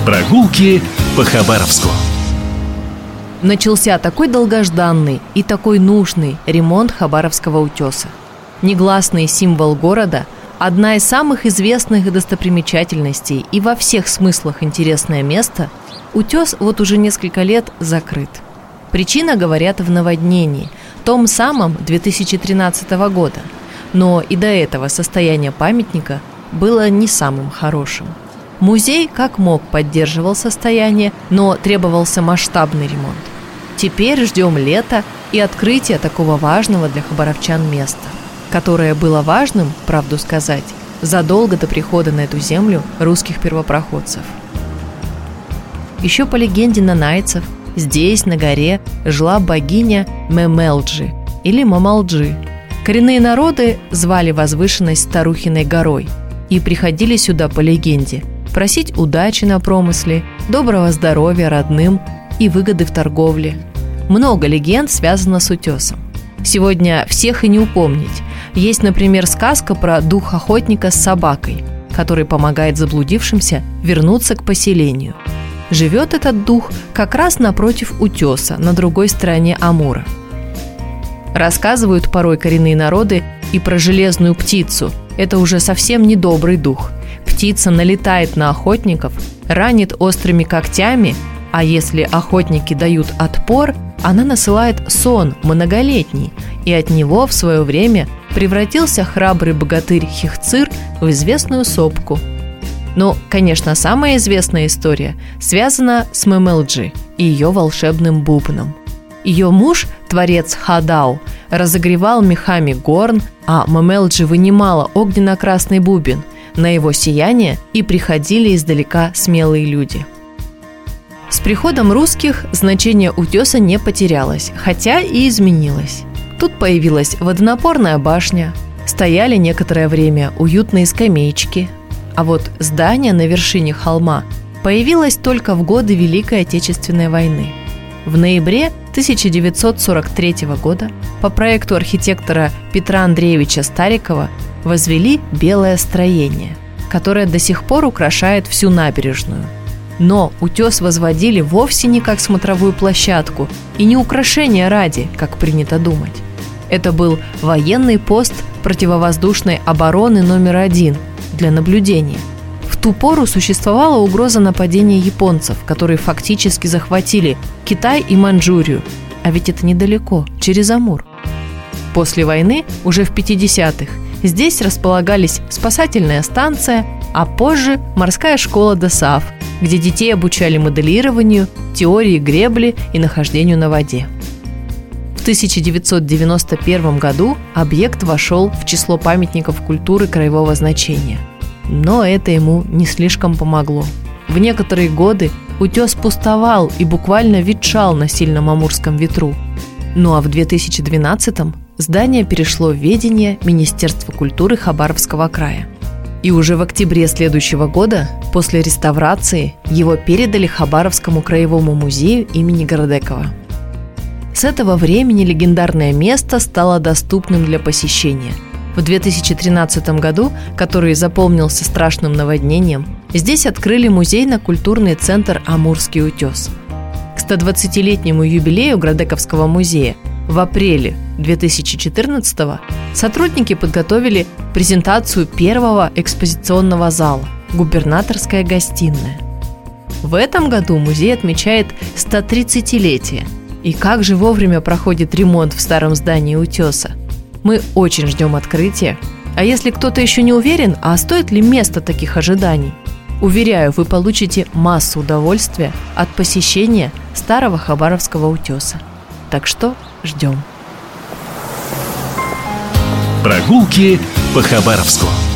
Прогулки по Хабаровску. Начался такой долгожданный и такой нужный ремонт Хабаровского утеса. Негласный символ города, одна из самых известных достопримечательностей и во всех смыслах интересное место, утес вот уже несколько лет закрыт. Причина, говорят, в наводнении, том самом 2013 года. Но и до этого состояние памятника было не самым хорошим. Музей как мог поддерживал состояние, но требовался масштабный ремонт. Теперь ждем лета и открытия такого важного для хабаровчан места, которое было важным, правду сказать, задолго до прихода на эту землю русских первопроходцев. Еще по легенде нанайцев, здесь, на горе, жила богиня Мемелджи или Мамалджи. Коренные народы звали возвышенность Старухиной горой и приходили сюда по легенде просить удачи на промысле, доброго здоровья родным и выгоды в торговле. Много легенд связано с утесом. Сегодня всех и не упомнить. Есть, например, сказка про дух охотника с собакой, который помогает заблудившимся вернуться к поселению. Живет этот дух как раз напротив утеса, на другой стороне Амура. Рассказывают порой коренные народы и про железную птицу. Это уже совсем не добрый дух. Птица налетает на охотников, ранит острыми когтями, а если охотники дают отпор, она насылает сон многолетний, и от него в свое время превратился храбрый богатырь Хихцир в известную сопку. Но, конечно, самая известная история связана с Мемелджи и ее волшебным бубном. Ее муж, творец Хадау, разогревал мехами горн, а Мемелджи вынимала огненно-красный бубен. На его сияние и приходили издалека смелые люди. С приходом русских значение утеса не потерялось, хотя и изменилось. Тут появилась водонапорная башня, стояли некоторое время уютные скамеечки, а вот здание на вершине холма появилось только в годы Великой Отечественной войны. В ноябре 1943 года по проекту архитектора Петра Андреевича Старикова возвели белое строение, которое до сих пор украшает всю набережную. Но утес возводили вовсе не как смотровую площадку и не украшения ради, как принято думать. Это был военный пост противовоздушной обороны номер 1 для наблюдения. В ту пору существовала угроза нападения японцев, которые фактически захватили Китай и Маньчжурию, а ведь это недалеко, через Амур. После войны, уже в 50-х, здесь располагались спасательная станция, а позже морская школа ДОСААФ, где детей обучали моделированию, теории гребли и нахождению на воде. В 1991 году объект вошел в число памятников культуры краевого значения. Но это ему не слишком помогло. В некоторые годы утес пустовал и буквально ветшал на сильном амурском ветру. Ну а в 2012-м здание перешло в ведение Министерства культуры Хабаровского края. И уже в октябре следующего года, после реставрации, его передали Хабаровскому краевому музею имени Городекова. С этого времени легендарное место стало доступным для посещения. В 2013 году, который запомнился страшным наводнением, здесь открыли музейно-культурный центр «Амурский утес». К 120-летнему юбилею Городековского музея в апреле 2014-го сотрудники подготовили презентацию первого экспозиционного зала «Губернаторская гостиная». В этом году музей отмечает 130-летие. И как же вовремя проходит ремонт в старом здании утеса. Мы очень ждем открытия. А если кто-то еще не уверен, а стоит ли место таких ожиданий? Уверяю, вы получите массу удовольствия от посещения старого Хабаровского утеса. Так что ждем. Прогулки по Хабаровску.